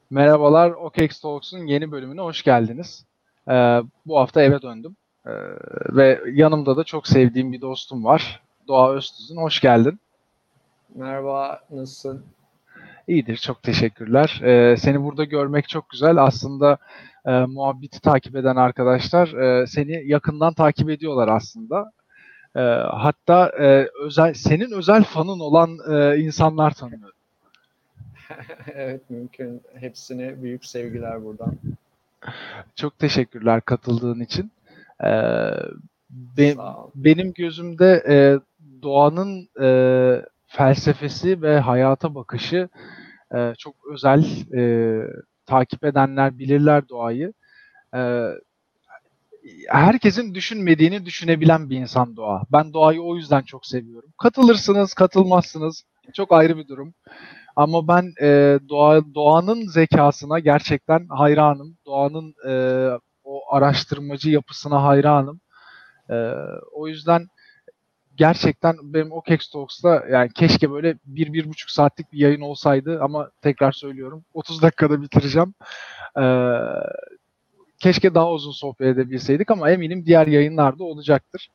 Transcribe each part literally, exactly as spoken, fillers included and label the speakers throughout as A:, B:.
A: Merhabalar, OKEX Talks'un yeni bölümüne hoş geldiniz. Ee, bu hafta eve döndüm. Ee, ve yanımda da çok sevdiğim bir dostum var. Doğa Öztüzün, hoş geldin.
B: Merhaba, nasılsın?
A: İyidir, çok teşekkürler. Ee, seni burada görmek çok güzel. Aslında e, muhabbeti takip eden arkadaşlar e, seni yakından takip ediyorlar aslında. E, hatta e, özel, senin özel fanın olan e, insanlar tanıyorum.
B: Evet, mümkün. Hepsine büyük sevgiler buradan.
A: Çok teşekkürler katıldığın için. Ee, be-
B: Sağ ol.
A: benim gözümde e, doğanın e, felsefesi ve hayata bakışı e, çok özel. E, takip edenler bilirler doğayı. E, herkesin düşünmediğini düşünebilen bir insan doğa. Ben doğayı o yüzden çok seviyorum. Katılırsınız, katılmazsınız. Çok ayrı bir durum. Ama ben e, doğa, doğanın zekasına gerçekten hayranım. Doğanın e, o araştırmacı yapısına hayranım. E, o yüzden gerçekten benim OKEX Talks'ta yani keşke böyle bir, bir buçuk saatlik bir yayın olsaydı ama tekrar söylüyorum otuz dakikada bitireceğim. E, keşke daha uzun sohbet edebilseydik ama eminim diğer yayınlarda olacaktır.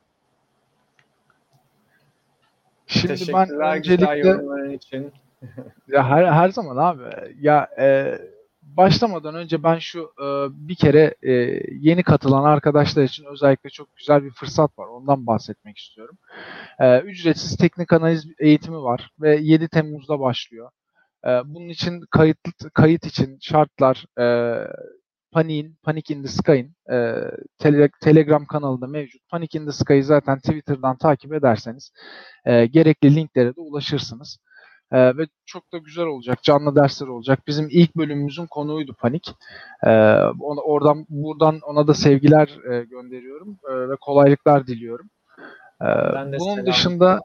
A: Şimdi ben
B: Teşekkürler güzel
A: öncelikle
B: yorumların için.
A: ya her, her zaman abi ya e, başlamadan önce ben şu e, bir kere e, yeni katılan arkadaşlar için özellikle çok güzel bir fırsat var. Ondan bahsetmek istiyorum. E, ücretsiz teknik analiz eğitimi var ve yedi Temmuz'da başlıyor. E, bunun için kayıt kayıt için şartlar e, Panik'in, Panic in the Sky'in e, tele, Telegram kanalında mevcut. Panic in the Sky'ı zaten Twitter'dan takip ederseniz e, gerekli linklere de ulaşırsınız. E, ve çok da güzel olacak. Canlı dersler olacak. Bizim ilk bölümümüzün konuydu Panik. E, ona, oradan buradan ona da sevgiler e, gönderiyorum e, ve kolaylıklar diliyorum. E,
B: Benden de
A: bunun
B: selam.
A: dışında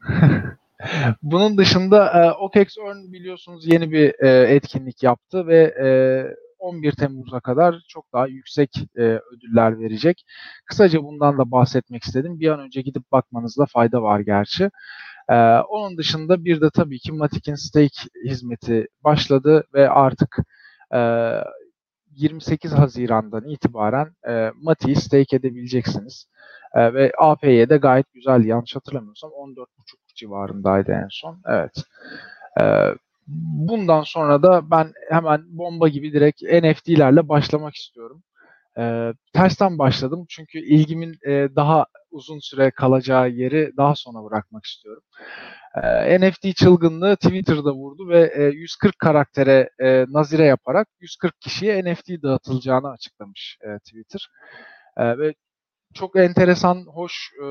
A: bunun dışında e, OKEX Earn biliyorsunuz yeni bir e, etkinlik yaptı ve e, on bir Temmuz'a kadar çok daha yüksek e, ödüller verecek. Kısaca bundan da bahsetmek istedim. Bir an önce gidip bakmanızda fayda var gerçi. Ee, onun dışında bir de tabii ki Matik'in stake hizmeti başladı ve artık e, yirmi sekiz Haziran'dan itibaren e, Matik'i stake edebileceksiniz. E, ve A P Y de gayet güzel, yanlış hatırlamıyorsam on dört buçuk civarındaydı en son. Evet. E, bundan sonra da ben hemen bomba gibi direkt N F T'lerle başlamak istiyorum. E, tersten başladım çünkü ilgimin e, daha uzun süre kalacağı yeri daha sona bırakmak istiyorum. E, N F T çılgınlığı Twitter'da vurdu ve e, yüz kırk karaktere e, nazire yaparak yüz kırk kişiye N F T dağıtılacağını açıklamış e, Twitter. E, ve çok enteresan, hoş e,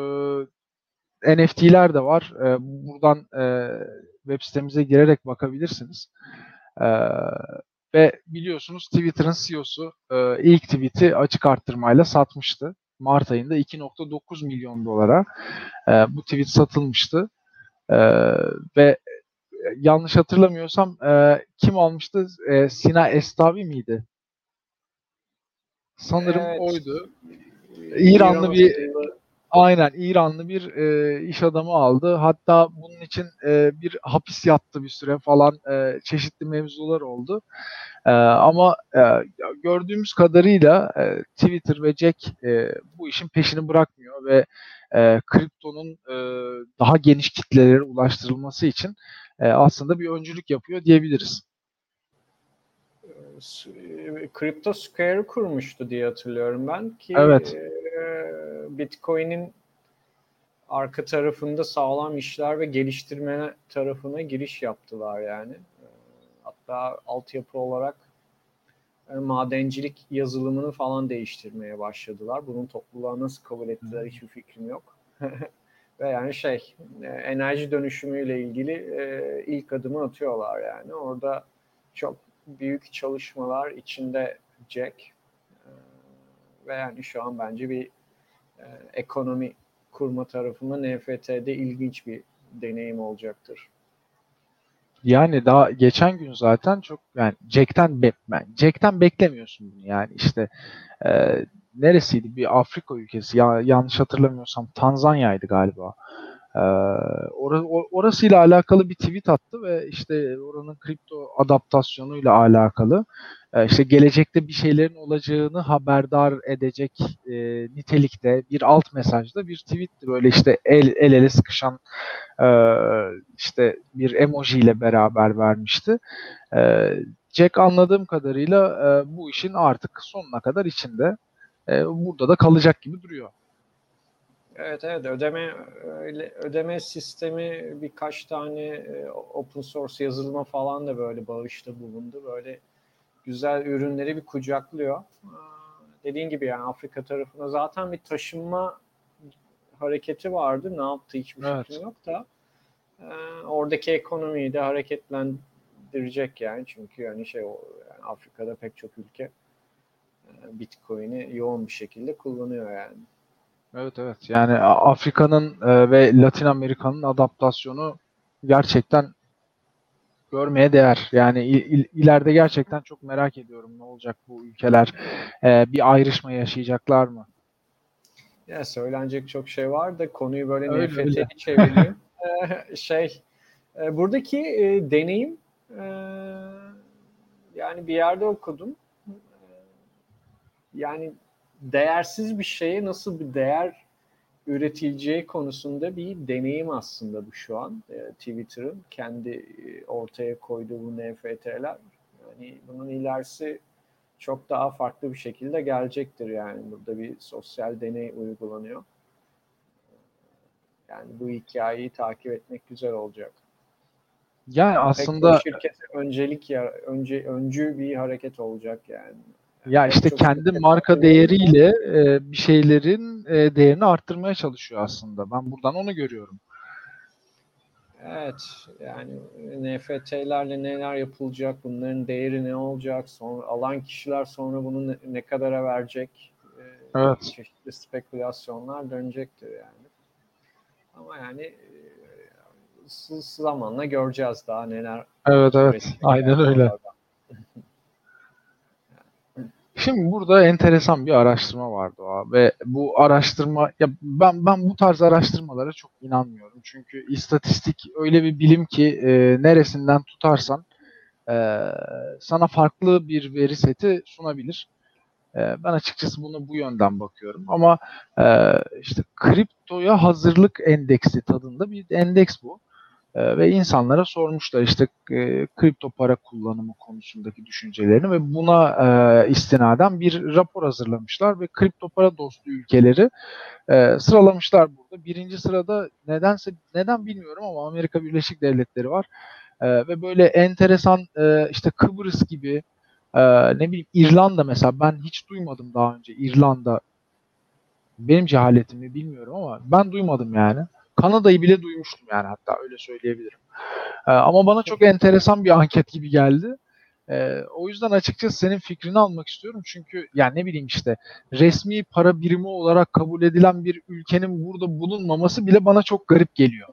A: N F T'ler de var. E, buradan e, web sitemize girerek bakabilirsiniz. E, ve biliyorsunuz Twitter'ın C E O'su e, ilk tweet'i açık arttırmayla satmıştı. Mart ayında iki nokta dokuz milyon dolara e, bu tweet satılmıştı. E, ve yanlış hatırlamıyorsam e, kim almıştı? E, Sina Estavi miydi? Sanırım
B: Evet,
A: oydu.
B: İran
A: İranlı bir
B: asıllı.
A: aynen İranlı bir e, iş adamı aldı. Hatta bunun için e, bir hapis yattı bir süre falan. E, çeşitli mevzular oldu. E, ama e, gördüğümüz kadarıyla e, Twitter ve Jack e, bu işin peşini bırakmıyor ve e, kriptonun e, daha geniş kitlelere ulaştırılması için e, aslında bir öncülük yapıyor diyebiliriz.
B: Crypto Square kurmuştu diye hatırlıyorum ben ki
A: Evet.
B: e, Bitcoin'in arka tarafında sağlam işler ve geliştirme tarafına giriş yaptılar yani. E, Hatta altyapı olarak e, madencilik yazılımını falan değiştirmeye başladılar. Bunun topluluğa nasıl kabul ettiler hiçbir fikrim yok. Ve yani şey e, enerji dönüşümüyle ilgili e, ilk adımı atıyorlar yani. Orada çok büyük çalışmalar içinde Jack e, ve yani şu an bence bir e, ekonomi kurma tarafında N F T'de ilginç bir deneyim olacaktır.
A: Yani daha geçen gün zaten çok yani Jack'ten be, yani Jack'ten beklemiyorsun bunu yani işte e, neresiydi bir Afrika ülkesi ya yanlış hatırlamıyorsam Tanzanya'ydı galiba. Ee, or- or- orasıyla alakalı bir tweet attı ve işte oranın kripto adaptasyonuyla alakalı e, işte gelecekte bir şeylerin olacağını haberdar edecek e, nitelikte bir alt mesajda bir tweetti. Böyle işte el, el ele sıkışan e, işte bir emoji ile beraber vermişti. E, Jack anladığım kadarıyla e, bu işin artık sonuna kadar içinde. E, burada da kalacak gibi duruyor.
B: Evet, evet, ödeme öyle ödeme sistemi birkaç tane e, open source yazılıma falan da böyle bağışta bulundu. Böyle güzel ürünleri bir kucaklıyor. Aa, Dediğin gibi yani Afrika tarafına zaten bir taşınma hareketi vardı. Ne yaptı hiçbir fikrim
A: Evet.
B: yok da e, oradaki ekonomiyi de hareketlendirecek yani. Çünkü yani şey o yani Afrika'da pek çok ülke e, Bitcoin'i yoğun bir şekilde kullanıyor yani.
A: Evet, evet. Yani A- Afrika'nın e, ve Latin Amerika'nın adaptasyonu gerçekten görmeye değer. Yani il- il- ileride gerçekten çok merak ediyorum ne olacak bu ülkeler. E, bir ayrışma yaşayacaklar mı?
B: Ya söylenecek çok şey var da konuyu böyle
A: Öyle öyle.
B: N F T'ye çevireyim. Ee, şey, e, buradaki e, deneyim e, yani bir yerde okudum. E, Yani değersiz bir şeye nasıl bir değer üretileceği konusunda bir deneyim aslında bu şu an. E, Twitter'ın kendi e, ortaya koyduğu bu N F T'ler. Yani bunun ilerisi çok daha farklı bir şekilde gelecektir yani. Burada bir sosyal deney uygulanıyor. Yani bu hikayeyi takip etmek güzel olacak.
A: Yani
B: Yani pek çok
A: aslında
B: şirkete öncelik ya önce öncü bir hareket olacak yani. Yani
A: ya
B: pek
A: işte
B: çok
A: kendi
B: şirket
A: marka
B: hatırlıyoruz da
A: değeriyle e, bir şeylerin e, değerini arttırmaya çalışıyor aslında. Ben buradan onu görüyorum.
B: evet yani N F T'lerle neler yapılacak, bunların değeri ne olacak, sonra alan kişiler sonra bunu ne, ne kadara verecek e,
A: Evet.
B: çeşitli spekülasyonlar dönecektir yani. Ama yani e, zamanla göreceğiz daha neler
A: Evet, evet.
B: üretecekler
A: Aynen öyle.
B: buralarda.
A: Şimdi burada enteresan bir araştırma vardı o ve bu araştırma ya ben ben bu tarz araştırmalara çok inanmıyorum. Çünkü istatistik öyle bir bilim ki e, neresinden tutarsan e, sana farklı bir veri seti sunabilir. E, ben açıkçası buna bu yönden bakıyorum. Ama e, işte kriptoya hazırlık endeksi tadında bir endeks bu. Ee, ve insanlara sormuşlar işte e, kripto para kullanımı konusundaki düşüncelerini ve buna e, istinaden bir rapor hazırlamışlar ve kripto para dostu ülkeleri e, sıralamışlar burada. Birinci sırada nedense neden bilmiyorum ama Amerika Birleşik Devletleri var. E, ve böyle enteresan e, işte Kıbrıs gibi e, ne bileyim İrlanda mesela ben hiç duymadım daha önce İrlanda benim cehaletimle bilmiyorum ama ben duymadım yani. Kanada'yı bile duymuştum yani hatta öyle söyleyebilirim. Ee, ama bana çok enteresan bir anket gibi geldi. Ee, o yüzden açıkçası senin fikrini almak istiyorum. Çünkü yani ne bileyim işte resmi para birimi olarak kabul edilen bir ülkenin burada bulunmaması bile bana çok garip geliyor.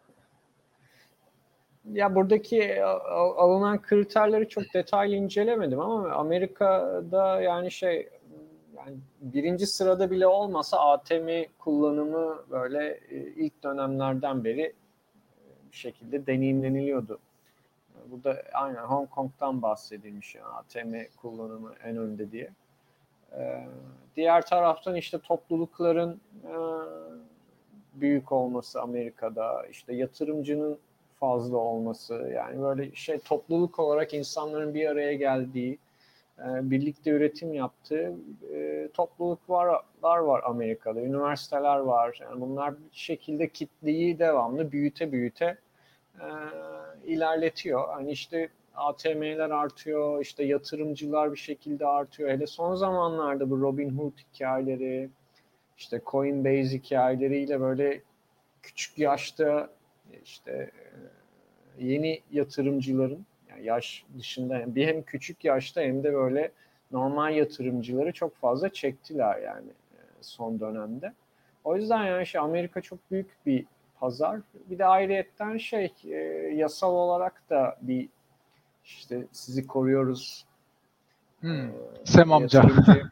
B: Ya buradaki alınan kriterleri çok detaylı incelemedim ama Amerika'da yani şey yani birinci sırada bile olmasa A T M kullanımı böyle e, ilk dönemlerden beri bir şekilde deneyimleniliyordu. Burada aynen Hong Kong'dan bahsedilmiş yani A T M kullanımı en önde diye. Ee, Diğer taraftan işte toplulukların e, büyük olması Amerika'da, işte yatırımcının fazla olması, yani böyle şey topluluk olarak insanların bir araya geldiği, e, birlikte üretim yaptığı e, topluluklar var Amerika'da, üniversiteler var. Yani bunlar bir şekilde kitleyi devamlı büyüte büyüte e, ilerletiyor. Hani işte A T M'ler artıyor, işte yatırımcılar bir şekilde artıyor. Hele son zamanlarda bu Robinhood hikayeleri, işte Coinbase hikayeleriyle böyle küçük yaşta işte e, yeni yatırımcıların yani yaş dışında bir hem küçük yaşta hem de böyle normal yatırımcıları çok fazla çektiler yani e, son dönemde. O yüzden yani şey Amerika çok büyük bir pazar. Bir de ayrıyetten şey e, yasal olarak da bir işte sizi koruyoruz,
A: Hmm.
B: e,
A: Sem amca.
B: yatırımcıyı koruyoruz.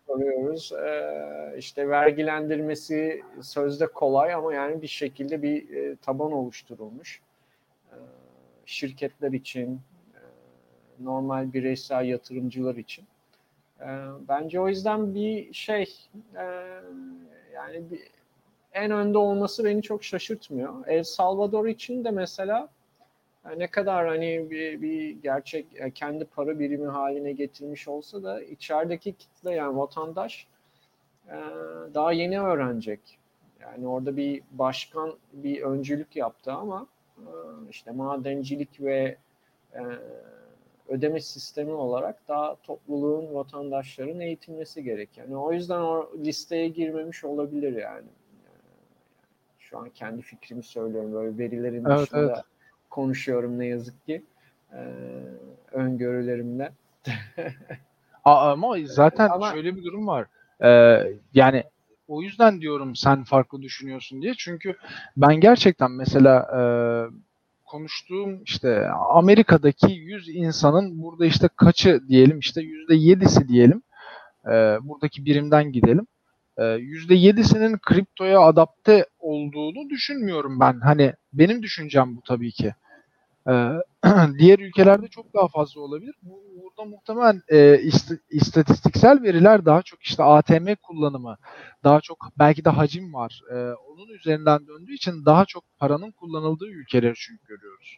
B: görüyoruz. Ee, işte vergilendirmesi sözde kolay ama yani bir şekilde bir e, taban oluşturulmuş. Ee, şirketler için, e, normal bireysel yatırımcılar için. Ee, bence o yüzden bir şey, e, yani bir, en önde olması beni çok şaşırtmıyor. El Salvador için de mesela yani ne kadar hani bir, bir gerçek kendi para birimi haline getirmiş olsa da içerideki kitle yani vatandaş e, daha yeni öğrenecek. Yani orada bir başkan bir öncülük yaptı ama e, işte madencilik ve e, ödeme sistemi olarak daha topluluğun, vatandaşların eğitilmesi gerek. Yani o yüzden o listeye girmemiş olabilir yani. Şu an kendi fikrimi söylüyorum. Böyle verilerin
A: Evet, evet.
B: dışında konuşuyorum ne yazık ki. Ee, öngörülerimle.
A: A- Ama zaten
B: Ama
A: şöyle bir durum var. Ee, yani o yüzden diyorum sen farklı düşünüyorsun diye. Çünkü ben gerçekten mesela e, konuştuğum işte Amerika'daki yüz insanın burada işte kaçı diyelim işte yüzde yedisi diyelim. E, buradaki birimden gidelim. E, yüzde yedisinin kriptoya adapte olduğunu düşünmüyorum ben. Hani benim düşüncem bu tabii ki. Ee, diğer ülkelerde çok daha fazla olabilir. Bu, burada muhtemelen e, ist- istatistiksel veriler daha çok işte A T M kullanımı, daha çok belki de hacim var. Ee, onun üzerinden döndüğü için daha çok paranın kullanıldığı ülkeleri çünkü görüyoruz.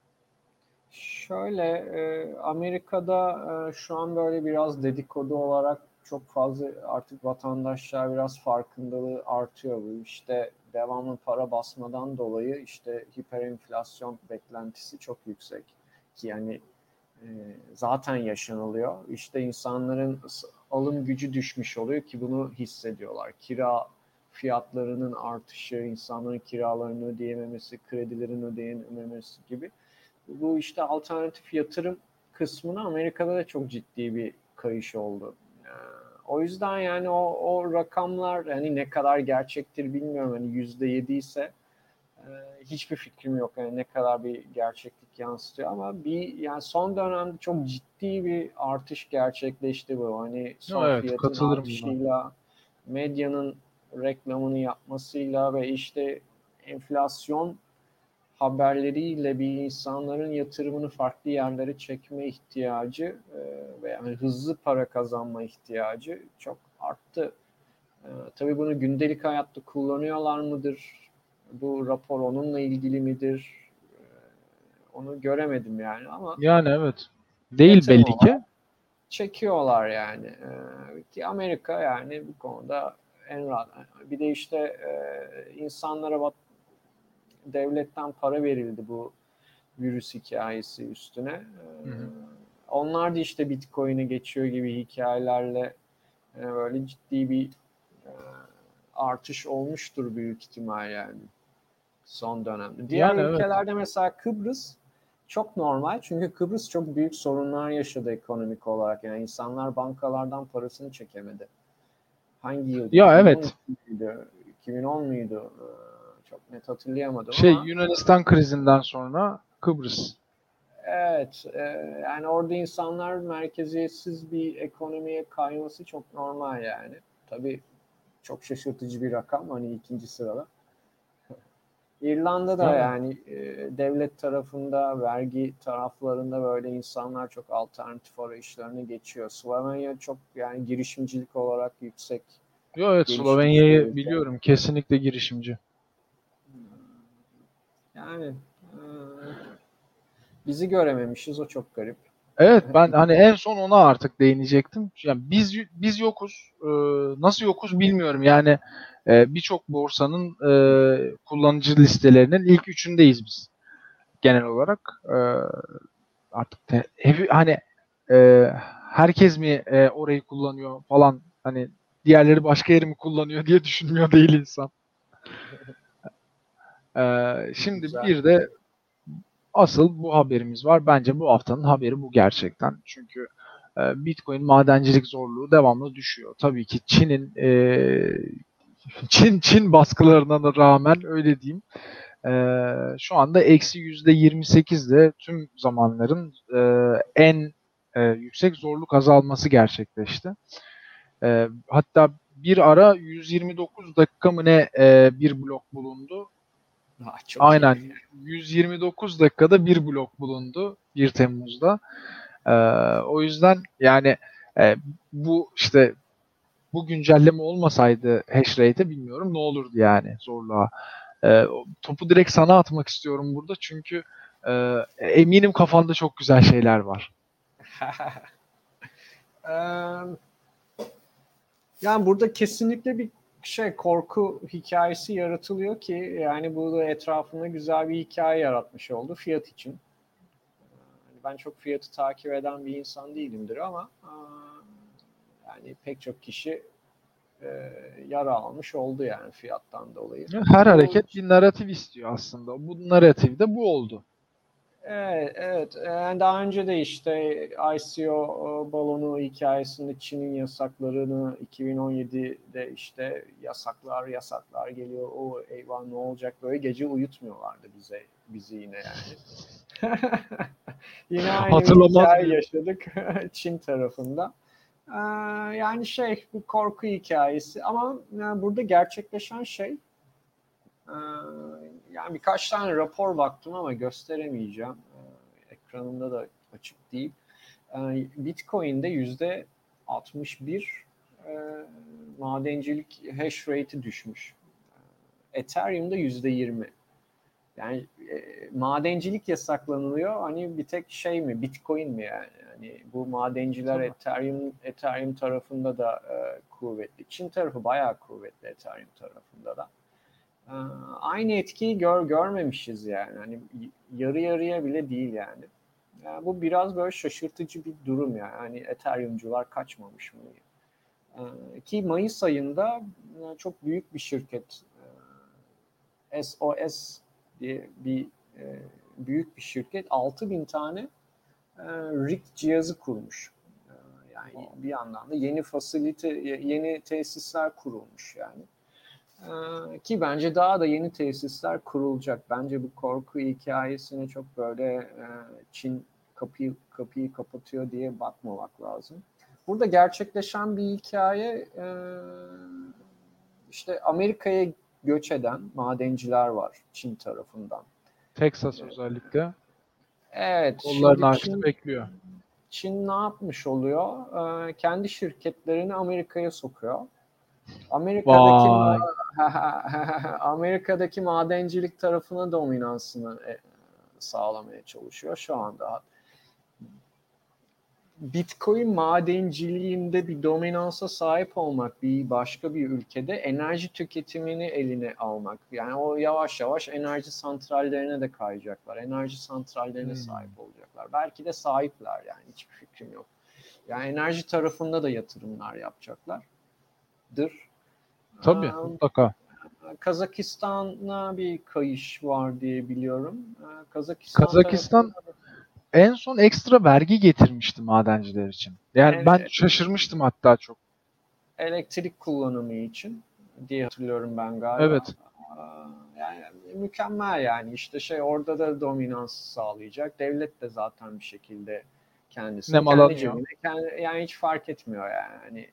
B: şöyle e, Amerika'da e, şu an böyle biraz dedikodu olarak çok fazla artık vatandaşlar biraz farkındalığı artıyor. Bu işte devamlı para basmadan dolayı işte hiperenflasyon beklentisi çok yüksek. Ki yani e, zaten yaşanılıyor. İşte insanların alım gücü düşmüş oluyor ki bunu hissediyorlar. Kira fiyatlarının artışı, insanların kiralarını ödeyememesi, kredilerin ödeyememesi gibi. Bu işte alternatif yatırım kısmına Amerika'da da çok ciddi bir kayış oldu. Ee, o yüzden yani o, o rakamlar yani ne kadar gerçektir bilmiyorum. Hani yüzde yedi ise e, hiçbir fikrim yok. Yani ne kadar bir gerçeklik yansıtıyor ama bir yani son dönemde çok ciddi bir artış gerçekleşti bu. Hani
A: Yo,
B: son
A: evet,
B: fiyatın
A: katılırım buna.
B: artışıyla, medyanın reklamını yapmasıyla ve işte enflasyon haberleriyle bir insanların yatırımını farklı yerlere çekme ihtiyacı e, ve yani hızlı para kazanma ihtiyacı çok arttı. E, tabii bunu gündelik hayatta kullanıyorlar mıdır? Bu rapor onunla ilgili midir? E, onu göremedim yani ama
A: Yani evet. Değil
B: yatırım
A: belli ki.
B: olarak çekiyorlar yani. E, ki Amerika yani bu konuda en rahat. Bir de işte e, insanlara bak devletten para verildi bu virüs hikayesi üstüne. Ee,
A: Hı hı.
B: onlar da işte Bitcoin'e geçiyor gibi hikayelerle e, böyle ciddi bir e, artış olmuştur büyük ihtimal yani son dönemde. Diğer
A: Yani evet.
B: ülkelerde mesela Kıbrıs çok normal çünkü Kıbrıs çok büyük sorunlar yaşadı ekonomik olarak. Yani insanlar bankalardan parasını çekemedi. Hangi yılda?
A: Ya evet.
B: iki bin on iki miydi? iki bin on muydu? Ee, çok net hatırlayamadım
A: Şey
B: ama
A: Yunanistan krizinden sonra Kıbrıs.
B: evet, e, yani orada insanlar merkeziyetsiz bir ekonomiye kayması çok normal yani. Tabii çok şaşırtıcı bir rakam hani ikinci sırada. İrlanda'da
A: Yani
B: yani e, devlet tarafında, vergi taraflarında böyle insanlar çok alternatif arayışlarını geçiyor. Slovenya çok yani girişimcilik olarak yüksek
A: yo, evet,
B: gelişmiş bir
A: Slovenya'yı
B: ülke.
A: biliyorum. Kesinlikle girişimci.
B: Yani e, bizi görememişiz o çok garip.
A: Evet, ben hani en son ona artık değinecektim. Yani biz biz yokuz. Ee, nasıl yokuz bilmiyorum. Yani e, birçok borsanın e, kullanıcı listelerinin ilk üçündeyiz biz genel olarak. Ee, artık te- hevi- hani e, herkes mi e, orayı kullanıyor falan hani diğerleri başka yeri mi kullanıyor diye düşünmüyor değil insan. Ee, şimdi
B: Güzel.
A: bir de asıl bu haberimiz var. Bence bu haftanın haberi bu gerçekten. Çünkü e, Bitcoin madencilik zorluğu devamlı düşüyor. Tabii ki Çin'in e, Çin Çin baskılarına rağmen öyle diyeyim. E, şu anda eksi yüzde yirmi sekizle tüm zamanların e, en e, yüksek zorluk azalması gerçekleşti. E, hatta bir ara yüz yirmi dokuz dakika mı ne e, bir blok bulundu.
B: Ha, çok iyi.
A: Aynen yüz yirmi dokuz dakikada bir blok bulundu bir Temmuz'da. E, o yüzden yani e, bu işte bu güncelleme olmasaydı hash rate'e bilmiyorum ne olurdu yani zorluğa. E, topu direkt sana atmak istiyorum burada çünkü e, eminim kafanda çok güzel şeyler var.
B: Eee, Yani burada kesinlikle bir şey korku hikayesi yaratılıyor ki yani bu da etrafında güzel bir hikaye yaratmış oldu fiyat için. Ben çok fiyatı takip eden bir insan değilimdir ama yani pek çok kişi e, yara almış oldu yani fiyattan dolayı.
A: Her
B: Bu
A: hareket bir narratif istiyor aslında. Bu narratif de bu oldu.
B: Evet, evet. Yani daha önce de işte I C O balonu hikayesinde Çin'in yasaklarını iki bin on yedide işte yasaklar yasaklar geliyor. O eyvah ne olacak böyle gece uyutmuyorlardı bize bizi yine yani. Yine aynı bir
A: Hatırlamaz
B: hikaye
A: mıyım?
B: yaşadık Çin tarafında. Ee, Yani şey bu korku hikayesi ama yani burada gerçekleşen şey ee, yani birkaç tane rapor baktım ama gösteremeyeceğim. Ee, ekranımda da açık değil. Ee, Bitcoin'de yüzde altmış bir e, madencilik hash rate'i düşmüş. Ethereum'da yüzde yirmi. Yani e, madencilik yasaklanılıyor. Hani bir tek şey mi, Bitcoin mi yani? Yani bu madenciler
A: Tabii.
B: Ethereum Ethereum tarafında da e, kuvvetli. Çin tarafı bayağı kuvvetli Ethereum tarafında da. Ee, Aynı etkiyi gör, görmemişiz yani. Hani yarı yarıya bile değil yani. Yani bu biraz böyle şaşırtıcı bir durum yani. Hani Ethereum'cular kaçmamış mı? Ee, ki Mayıs ayında e, çok büyük bir şirket e, S O S diye bir e, büyük bir şirket altı bin tane e, rig cihazı kurmuş. E, yani bir yandan da yeni fasilite, yeni tesisler kurulmuş yani. Ee, ki bence daha da yeni tesisler kurulacak. Bence bu korku hikayesine çok böyle e, Çin kapıyı kapıyı kapatıyor diye bakmamak lazım. Burada gerçekleşen bir hikaye e, işte Amerika'ya göç eden madenciler var Çin tarafından.
A: Texas özellikle
B: Evet,
A: kollarını
B: şimdi
A: açtı
B: Çin
A: bekliyor.
B: Çin ne yapmış oluyor? Ee, kendi şirketlerini Amerika'ya sokuyor. Amerika'daki
A: Vay.
B: Amerika'daki madencilik tarafına dominansını e, sağlamaya çalışıyor şu anda. Bitcoin madenciliğinde bir dominansa sahip olmak bir başka bir ülkede enerji tüketimini eline almak. Yani o yavaş yavaş enerji santrallerine de kayacaklar. Enerji santrallerine
A: Hmm.
B: sahip olacaklar. Belki de sahipler yani hiçbir fikrim yok. Yani enerji tarafında da yatırımlar yapacaklardır.
A: Tabii mutlaka.
B: Kazakistan'a bir kayış var diye biliyorum. Kazakistan
A: Kazakistan
B: tarafında da
A: en son ekstra vergi getirmişti madenciler için. Yani ben
B: e,
A: şaşırmıştım hatta çok.
B: elektrik kullanımı için diye hatırlıyorum ben galiba.
A: Evet.
B: Yani mükemmel yani işte şey orada da dominans sağlayacak. Devlet de zaten bir şekilde kendisini kendi
A: Nemalanıyor.
B: cebine kendi, yani hiç fark etmiyor yani. Hani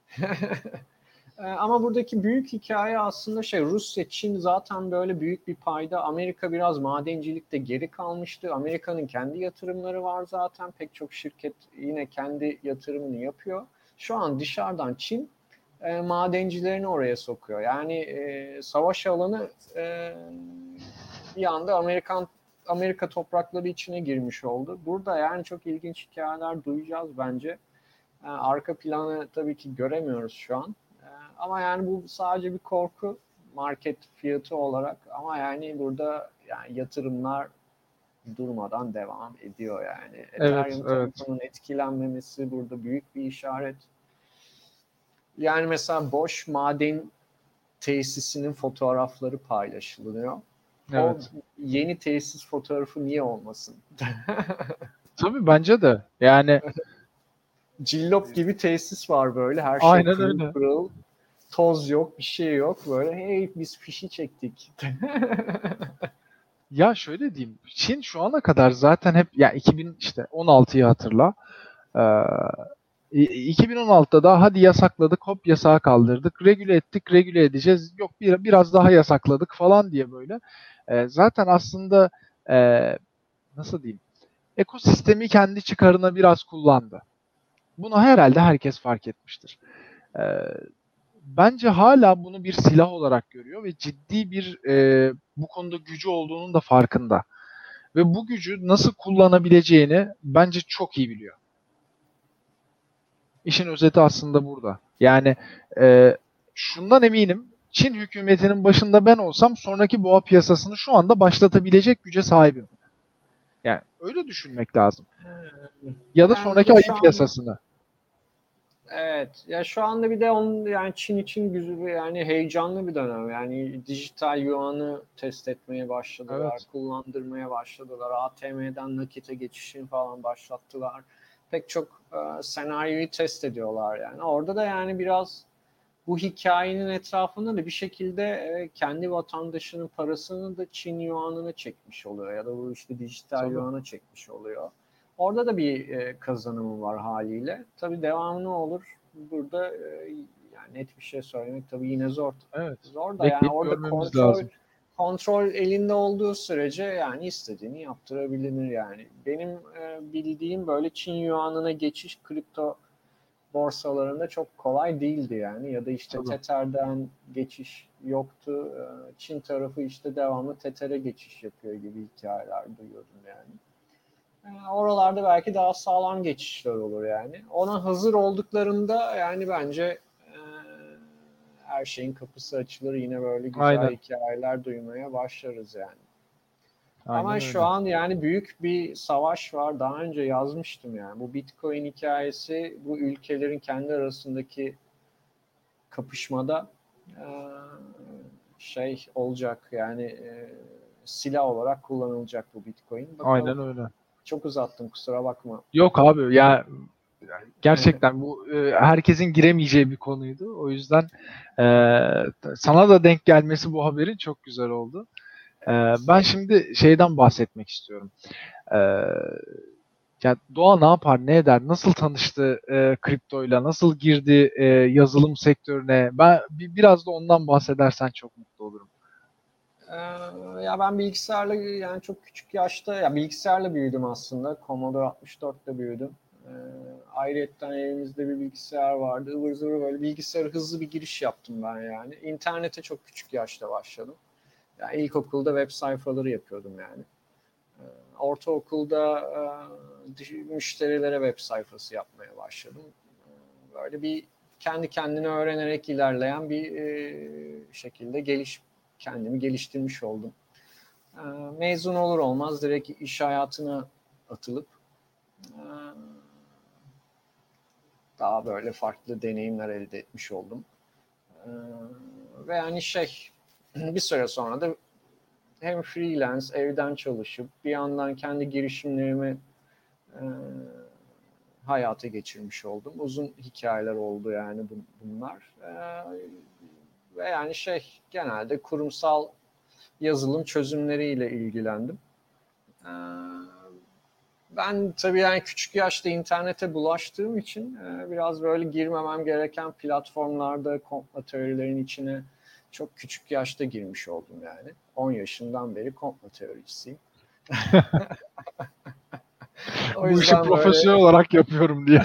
B: ama buradaki büyük hikaye aslında şey Rusya, Çin zaten böyle büyük bir payda. Amerika biraz madencilikte geri kalmıştı. Amerika'nın kendi yatırımları var zaten. Pek çok şirket yine kendi yatırımını yapıyor. Şu an dışarıdan Çin e, madencilerini oraya sokuyor. Yani e, savaş alanı e, bir anda Amerikan Amerika toprakları içine girmiş oldu. Burada yani çok ilginç hikayeler duyacağız bence. Yani arka planı tabii ki göremiyoruz şu an. Ee, ama yani bu sadece bir korku market fiyatı olarak ama yani burada yani yatırımlar durmadan devam ediyor yani.
A: Evet,
B: Ethereum
A: evet.
B: tarafının etkilenmemesi burada büyük bir işaret. Yani mesela Boş maden tesisinin fotoğrafları paylaşılıyor. O
A: Evet.
B: yeni tesis fotoğrafı niye olmasın?
A: Tabii bence de. Yani
B: Cillop gibi tesis var böyle. Her şey
A: aynen
B: pırıl
A: öyle.
B: pırıl. Toz yok, bir şey yok. Böyle hey biz fişi çektik.
A: Ya şöyle diyeyim. Çin şu ana kadar zaten hep ya iki bin işte on altıyı hatırla. Ee, iki bin on altıda da hadi yasakladık, hop yasağı kaldırdık, regüle ettik, regüle edeceğiz, yok bir, biraz daha yasakladık falan diye böyle. E, zaten aslında e, nasıl diyeyim, ekosistemi kendi çıkarına biraz kullandı. Bunu herhalde herkes fark etmiştir. E, Bence hala bunu bir silah olarak görüyor ve ciddi bir e, bu konuda gücü olduğunun da farkında. Ve bu gücü nasıl kullanabileceğini bence çok iyi biliyor. İşin özeti aslında burada. Yani e, şundan eminim, Çin hükümetinin başında ben olsam sonraki boğa piyasasını şu anda başlatabilecek güce sahibim. Yani öyle düşünmek lazım. Ya da
B: Yani bir
A: sonraki
B: de
A: ayı
B: şu anda
A: piyasasını.
B: evet ya şu anda bir de onun yani Çin için güzel yani heyecanlı bir dönem. Yani dijital yuanı test etmeye başladılar,
A: Evet.
B: kullandırmaya başladılar. A T M'den nakite geçişini falan başlattılar. Pek çok e, senaryoyu test ediyorlar yani. Orada da yani biraz bu hikayenin etrafında da bir şekilde e, kendi vatandaşının parasını da Çin yuanına çekmiş oluyor ya da bu işte dijital
A: Tabii.
B: yuana çekmiş oluyor. Orada da bir e, kazanımı var haliyle. Tabii devamı ne olur? Burada e, yani net bir şey söylemek tabii yine zor.
A: Evet.
B: Zor da yani
A: Bekleyip
B: orada
A: görmemiz
B: kontrol
A: lazım.
B: kontrol elinde olduğu sürece yani istediğini yaptırabilir yani. Benim e, bildiğim böyle Çin yuanına geçiş kripto borsalarında çok kolay değildi yani. Ya da işte
A: Tabii.
B: Tether'den geçiş yoktu. Ee, Çin tarafı işte devamlı Tether'e geçiş yapıyor gibi hikayeler duyuyordum yani. Ee, Oralarda belki daha sağlam geçişler olur yani. Ona hazır olduklarında yani bence e, her şeyin kapısı açılır. Yine böyle güzel
A: Aynen.
B: hikayeler duymaya başlarız yani.
A: Aynen
B: Ama şu
A: öyle.
B: an yani büyük bir savaş var. Daha önce yazmıştım yani. Bu Bitcoin hikayesi bu ülkelerin kendi arasındaki kapışmada e, şey olacak yani e, silah olarak kullanılacak bu Bitcoin. Bakalım.
A: Aynen öyle.
B: Çok uzattım kusura bakma.
A: Yok abi ya, gerçekten bu e, herkesin giremeyeceği bir konuydu. O yüzden e, sana da denk gelmesi bu haberin çok güzel oldu. E,
B: Evet.
A: ben şimdi şeyden bahsetmek istiyorum. E, Ya Doğa ne yapar, ne eder, nasıl tanıştı e, kriptoyla, nasıl girdi e, yazılım sektörüne? Ben bir, biraz da ondan bahsedersen çok mutlu olurum.
B: Ee, Ya ben bilgisayarla yani çok küçük yaşta ya bilgisayarla büyüdüm aslında. Commodore altmış dörtte büyüdüm. Ee, ayrıyetten evimizde bir bilgisayar vardı. Ivır zıvır böyle bilgisayara hızlı bir giriş yaptım ben yani. İnternete çok küçük yaşta başladım. Yani ilkokulda web sayfaları yapıyordum yani. Ee, Ortaokulda e, müşterilere web sayfası yapmaya başladım. Ee, Böyle bir kendi kendine öğrenerek ilerleyen bir e, şekilde geliş kendimi geliştirmiş oldum. Ee, Mezun olur olmaz direkt iş hayatına atılıp e, daha böyle farklı deneyimler elde etmiş oldum. Ee, Ve yani şey bir süre sonra da hem freelance evden çalışıp bir yandan kendi girişimlerimi e, hayata geçirmiş oldum. Uzun hikayeler oldu yani bunlar. E, ve yani şey genelde kurumsal yazılım çözümleriyle ilgilendim. E, Ben tabii yani küçük yaşta internete bulaştığım için e, biraz böyle girmemem gereken platformlarda komplo teorilerin içine çok küçük yaşta girmiş oldum yani. on yaşından beri komplo teoricisiyim. O
A: Bu işi
B: yüzden böyle
A: profesyonel olarak yapıyorum diye.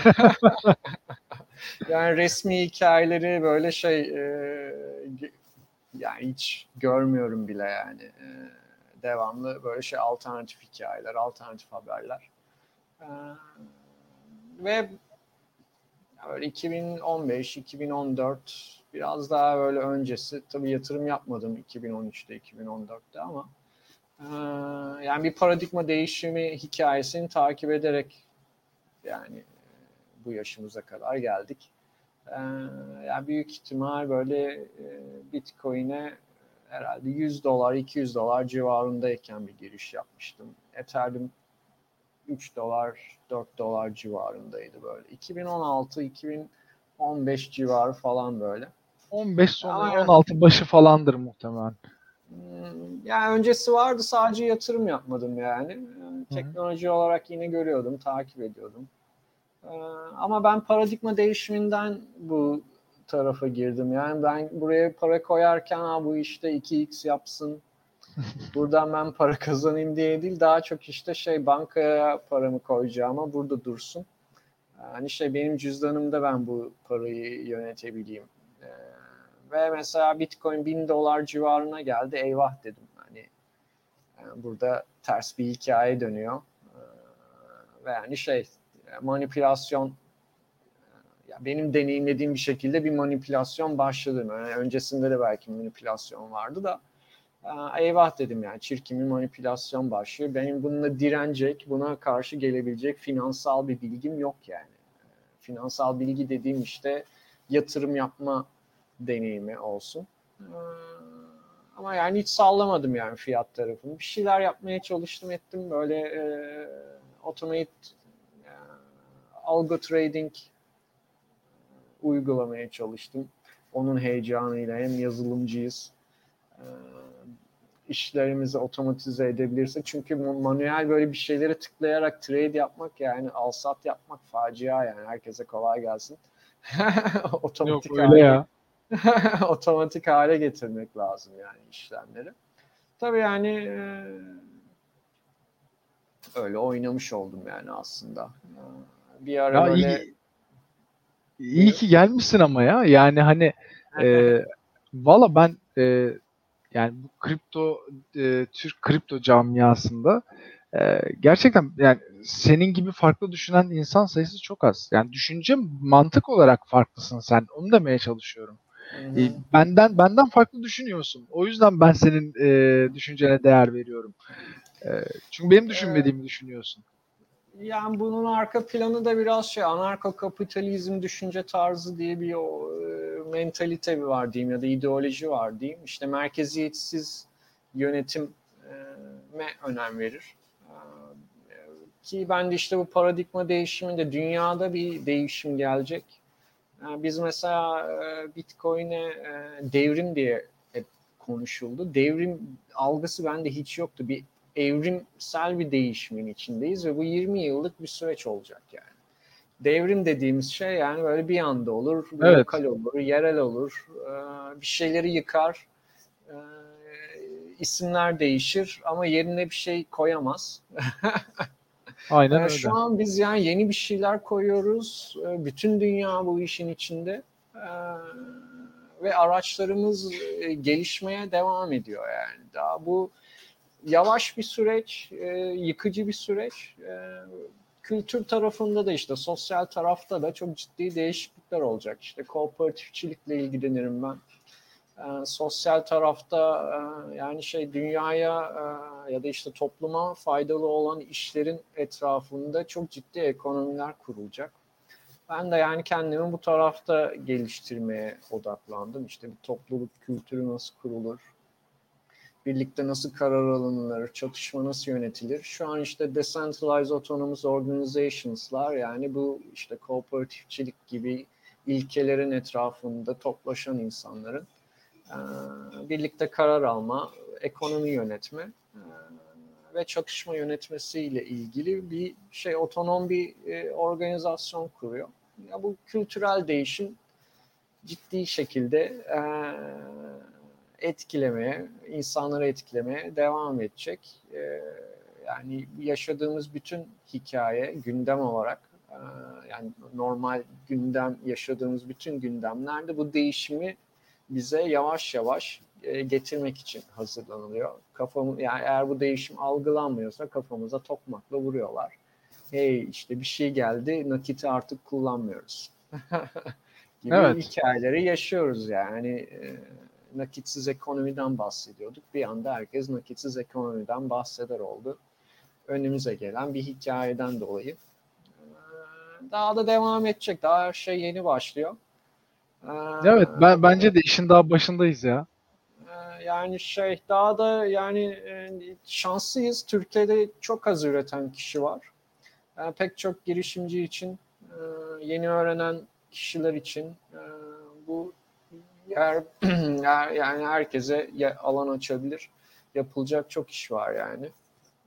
B: yani resmi hikayeleri böyle şey e, yani hiç görmüyorum bile yani. E, devamlı böyle şey alternatif hikayeler, alternatif haberler. E, Ve böyle iki bin on beş, iki bin on dört biraz daha böyle öncesi tabii yatırım yapmadım iki bin on üçte, iki bin on dörtte ama e, yani bir paradigma değişimi hikayesini takip ederek yani bu yaşımıza kadar geldik. Ee, Yani büyük ihtimal böyle e, Bitcoin'e herhalde yüz dolar, iki yüz dolar civarındayken bir giriş yapmıştım. Ethereum üç dolar, dört dolar civarındaydı böyle. iki bin on altı, iki bin on beş civarı falan böyle.
A: on beş sonu,
B: Ama yani,
A: on altı başı falandır muhtemelen.
B: yani öncesi vardı sadece yatırım yapmadım yani.
A: Hı hı.
B: Teknoloji olarak yine görüyordum, takip ediyordum. Ama ben paradigma değişiminden bu tarafa girdim. Yani ben buraya para koyarken ha bu işte iki x yapsın, buradan ben para kazanayım diye değil, daha çok işte şey bankaya paramı koyacağıma burada dursun. Hani şey benim cüzdanımda ben bu parayı yönetebileyim. Ee, ve mesela Bitcoin bin dolar civarına geldi. Eyvah dedim. Hani yani burada ters bir hikaye dönüyor. Ee, ve yani şey manipülasyon, ya benim deneyimlediğim bir şekilde bir manipülasyon başladı. Yani öncesinde de belki manipülasyon vardı da eyvah dedim yani çirkin bir manipülasyon başlıyor. Benim bununla direnecek, buna karşı gelebilecek finansal bir bilgim yok yani. Finansal bilgi dediğim işte yatırım yapma deneyimi olsun. Ama yani hiç sallamadım yani fiyat tarafını. Bir şeyler yapmaya çalıştım ettim. Böyle e, automate e, algo trading uygulamaya çalıştım. Onun heyecanıyla hem yazılımcıyız. E, işlerimizi otomatize edebilirse. Çünkü manuel böyle bir şeylere tıklayarak trade yapmak yani al-sat yapmak facia yani. Herkese kolay gelsin.
A: Yok
B: otomatik
A: öyle
B: hale
A: ya.
B: otomatik hale getirmek lazım yani işlemleri. Tabii yani e, öyle oynamış oldum yani aslında. Bir ara
A: Ya
B: böyle
A: iyi, iyi
B: buyur.
A: ki gelmişsin ama ya. Yani hani e, valla ben e, yani bu kripto e, Türk kripto camiasında e, gerçekten yani senin gibi farklı düşünen insan sayısı çok az. Yani düşünce mantık olarak farklısın sen. Onu demeye çalışıyorum.
B: Hı
A: E,
B: hı.
A: benden benden farklı düşünüyorsun. O yüzden ben senin e, düşüncene değer veriyorum. E, çünkü benim
B: Evet.
A: düşünmediğimi düşünüyorsun.
B: Yani bunun arka planı da biraz şey anarko-kapitalizm düşünce tarzı diye bir o, e, mentalite var diyeyim ya da ideoloji var diyeyim. İşte merkeziyetsiz yönetime önem verir. E, ki ben de işte bu paradigma değişiminde dünyada bir değişim gelecek. Yani biz mesela e, Bitcoin'e e, devrim diye hep konuşuldu. Devrim algısı bende hiç yoktu. Bir evrimsel bir değişimin içindeyiz ve bu yirmi yıllık bir süreç olacak yani. Devrim dediğimiz şey yani böyle bir anda olur,
A: Evet.
B: lokal olur, yerel olur, e, bir şeyleri yıkar, e, isimler değişir ama yerine bir şey koyamaz.
A: Aynen
B: E, şu
A: öyle.
B: an biz yani yeni bir şeyler koyuyoruz. E, bütün dünya bu işin içinde. E, ve araçlarımız e, gelişmeye devam ediyor yani. Daha bu yavaş bir süreç, e, yıkıcı bir süreç. E, kültür tarafında da işte sosyal tarafta da çok ciddi değişiklikler olacak. İşte kooperatifçilikle ilgilenirim ben. E, sosyal tarafta e, yani şey dünyaya e, ya da işte topluma faydalı olan işlerin etrafında çok ciddi ekonomiler kurulacak. Ben de yani kendimi bu tarafta geliştirmeye odaklandım. İşte bir topluluk kültürü nasıl kurulur, birlikte nasıl karar alınır, çatışma nasıl yönetilir. Şu an işte Decentralized Autonomous Organizations'lar yani bu işte kooperatifçilik gibi ilkelerin etrafında toplaşan insanların birlikte karar alma, ekonomi yönetme ve çatışma yönetmesiyle ilgili bir şey otonom bir organizasyon kuruyor. Ya bu kültürel değişim ciddi şekilde etkilemeye, insanları etkilemeye devam edecek. Yani yaşadığımız bütün hikaye gündem olarak yani normal gündem yaşadığımız bütün gündemlerde bu değişimi bize yavaş yavaş getirmek için hazırlanılıyor. Kafamı yani eğer bu değişim algılanmıyorsa kafamıza tokmakla vuruyorlar. Hey işte bir şey geldi, nakiti artık kullanmıyoruz. gibi
A: Evet.
B: hikayeleri yaşıyoruz yani. E, nakitsiz ekonomiden bahsediyorduk. Bir anda herkes nakitsiz ekonomiden bahseder oldu. Önümüze gelen bir hikayeden dolayı. E, daha da devam edecek. Daha her şey yeni başlıyor. E,
A: Evet, ben bence de işin daha başındayız ya.
B: yani şey daha da yani e, şanslıyız. Türkiye'de çok az üreten kişi var. Yani pek çok girişimci için, e, yeni öğrenen kişiler için e, bu yer yani herkese alan açabilir. Yapılacak çok iş var yani.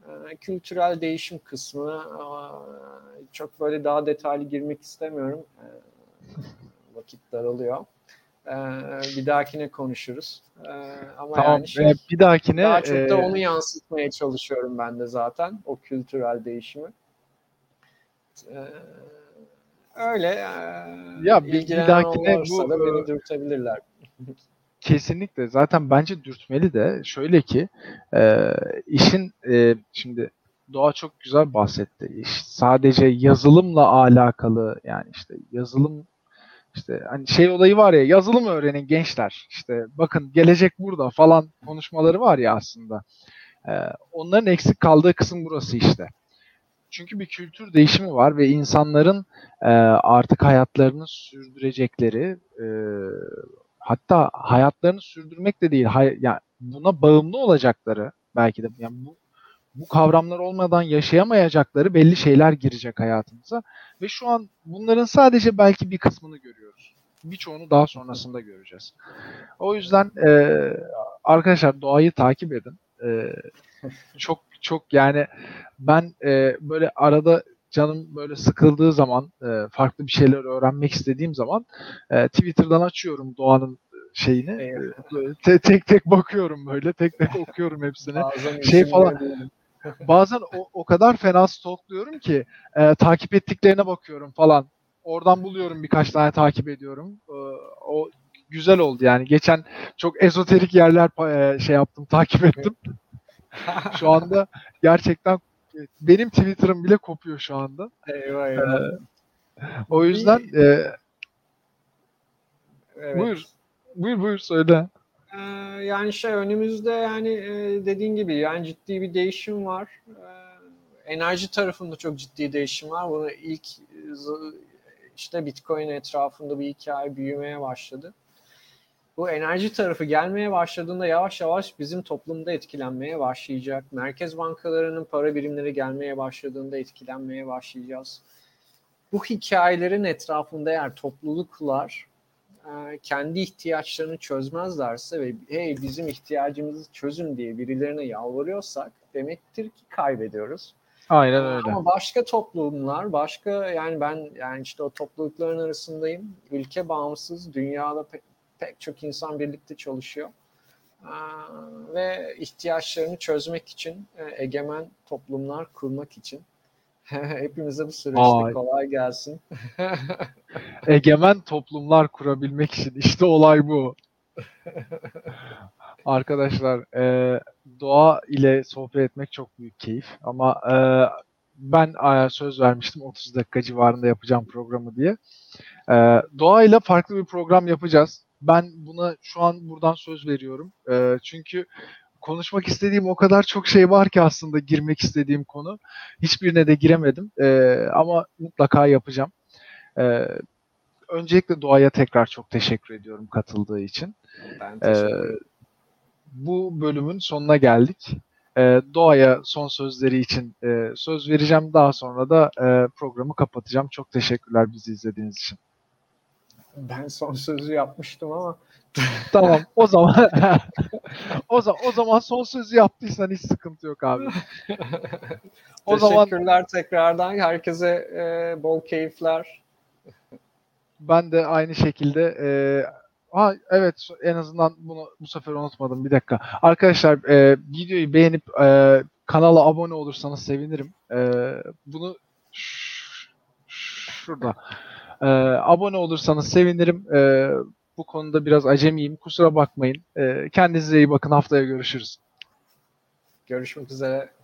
B: E, kültürel değişim kısmı e, çok böyle daha detaylı girmek istemiyorum. E, vakit daralıyor. E, bir dahakine konuşuruz. E, ama
A: Tamam.
B: yani
A: E,
B: şey
A: bir dahakine
B: daha çok da
A: e,
B: onu yansıtmaya çalışıyorum ben de zaten. O kültürel değişimi. E, öyle.
A: ya
B: E,
A: bir, bir
B: ilgilenen
A: dahakine
B: olursa
A: bu
B: da
A: e,
B: beni dürtebilirler.
A: kesinlikle zaten bence dürtmeli de şöyle ki e, işin e, şimdi Doğa çok güzel bahsetti. İş sadece yazılımla alakalı yani işte yazılım işte hani şey olayı var ya yazılım öğrenin gençler işte bakın gelecek burada falan konuşmaları var ya aslında. E, onların eksik kaldığı kısım burası işte. Çünkü bir kültür değişimi var ve insanların e, artık hayatlarını sürdürecekleri e, hatta hayatlarını sürdürmek de değil hay, yani buna bağımlı olacakları belki de yani bu, bu kavramlar olmadan yaşayamayacakları belli şeyler girecek hayatımıza ve şu an bunların sadece belki bir kısmını görüyoruz. Birçoğunu daha sonrasında göreceğiz. O yüzden e, arkadaşlar doğayı takip edin. E, çok çok yani ben e, böyle arada canım böyle sıkıldığı zaman e, farklı bir şeyler öğrenmek istediğim zaman e, Twitter'dan açıyorum Doğan'ın şeyini
B: E,
A: e, böyle te- tek tek bakıyorum böyle tek tek okuyorum hepsini
B: bazen
A: şey falan
B: içinde değilim.
A: bazen o, o kadar fena stalkluyorum ki e, takip ettiklerine bakıyorum falan oradan buluyorum birkaç tane takip ediyorum. E, o güzel oldu yani geçen çok ezoterik yerler pa- e, şey yaptım takip ettim. Şu anda gerçekten benim Twitter'ım bile kopuyor şu anda.
B: Eyvah
A: Ee,
B: eyvah.
A: o yüzden
B: Bir
A: e, buyur,
B: evet.
A: buyur buyur söyle.
B: Ee, yani şey önümüzde yani e, dediğin gibi yani ciddi bir değişim var. Ee, enerji tarafında çok ciddi değişim var. Bunu ilk z- işte Bitcoin etrafında bir hikaye büyümeye başladı. Bu enerji tarafı gelmeye başladığında yavaş yavaş bizim toplumda etkilenmeye başlayacak. Merkez bankalarının para birimleri gelmeye başladığında etkilenmeye başlayacağız. Bu hikayelerin etrafında eğer topluluklar e, kendi ihtiyaçlarını çözmezlerse ve hey bizim ihtiyacımızı çözün diye birilerine yalvarıyorsak demektir ki kaybediyoruz. E,
A: Aynen öyle.
B: ama başka toplumlar, başka yani ben yani işte o toplulukların arasındayım. Ülke bağımsız, dünyada pek, pek çok insan birlikte çalışıyor. E, ve ihtiyaçlarını çözmek için e, egemen toplumlar kurmak için hepimize bu süreçte
A: Vay.
B: kolay gelsin.
A: Egemen toplumlar kurabilmek için işte olay bu. Arkadaşlar e, doğa ile sohbet etmek çok büyük keyif ama e, ben e, söz vermiştim otuz dakika civarında yapacağım programı diye. E, doğa ile farklı bir program yapacağız. Ben buna şu an buradan söz veriyorum. E, çünkü konuşmak istediğim o kadar çok şey var ki aslında girmek istediğim konu. Hiçbirine de giremedim E, ama mutlaka yapacağım. E, öncelikle Doğa'ya tekrar çok teşekkür ediyorum katıldığı için.
B: Ben
A: E,
B: teşekkür ederim.
A: bu bölümün sonuna geldik. E, Doğa'ya son sözleri için e, söz vereceğim. Daha sonra da e, programı kapatacağım. Çok teşekkürler bizi izlediğiniz için.
B: Ben son sözü yapmıştım ama
A: Tamam. O zaman o zaman o zaman son sözü yaptıysan hiç sıkıntı yok abi. O zaman
B: teşekkürler tekrardan. Herkese e, bol keyifler.
A: ben de aynı şekilde e, ha evet en azından bunu bu sefer unutmadım. Bir dakika. Arkadaşlar e, videoyu beğenip e, kanala abone olursanız sevinirim. E, bunu ş- şurada e, abone olursanız sevinirim. E, bu konuda biraz acemiyim. Kusura bakmayın. E, kendinize iyi bakın. Haftaya görüşürüz.
B: Görüşmek üzere.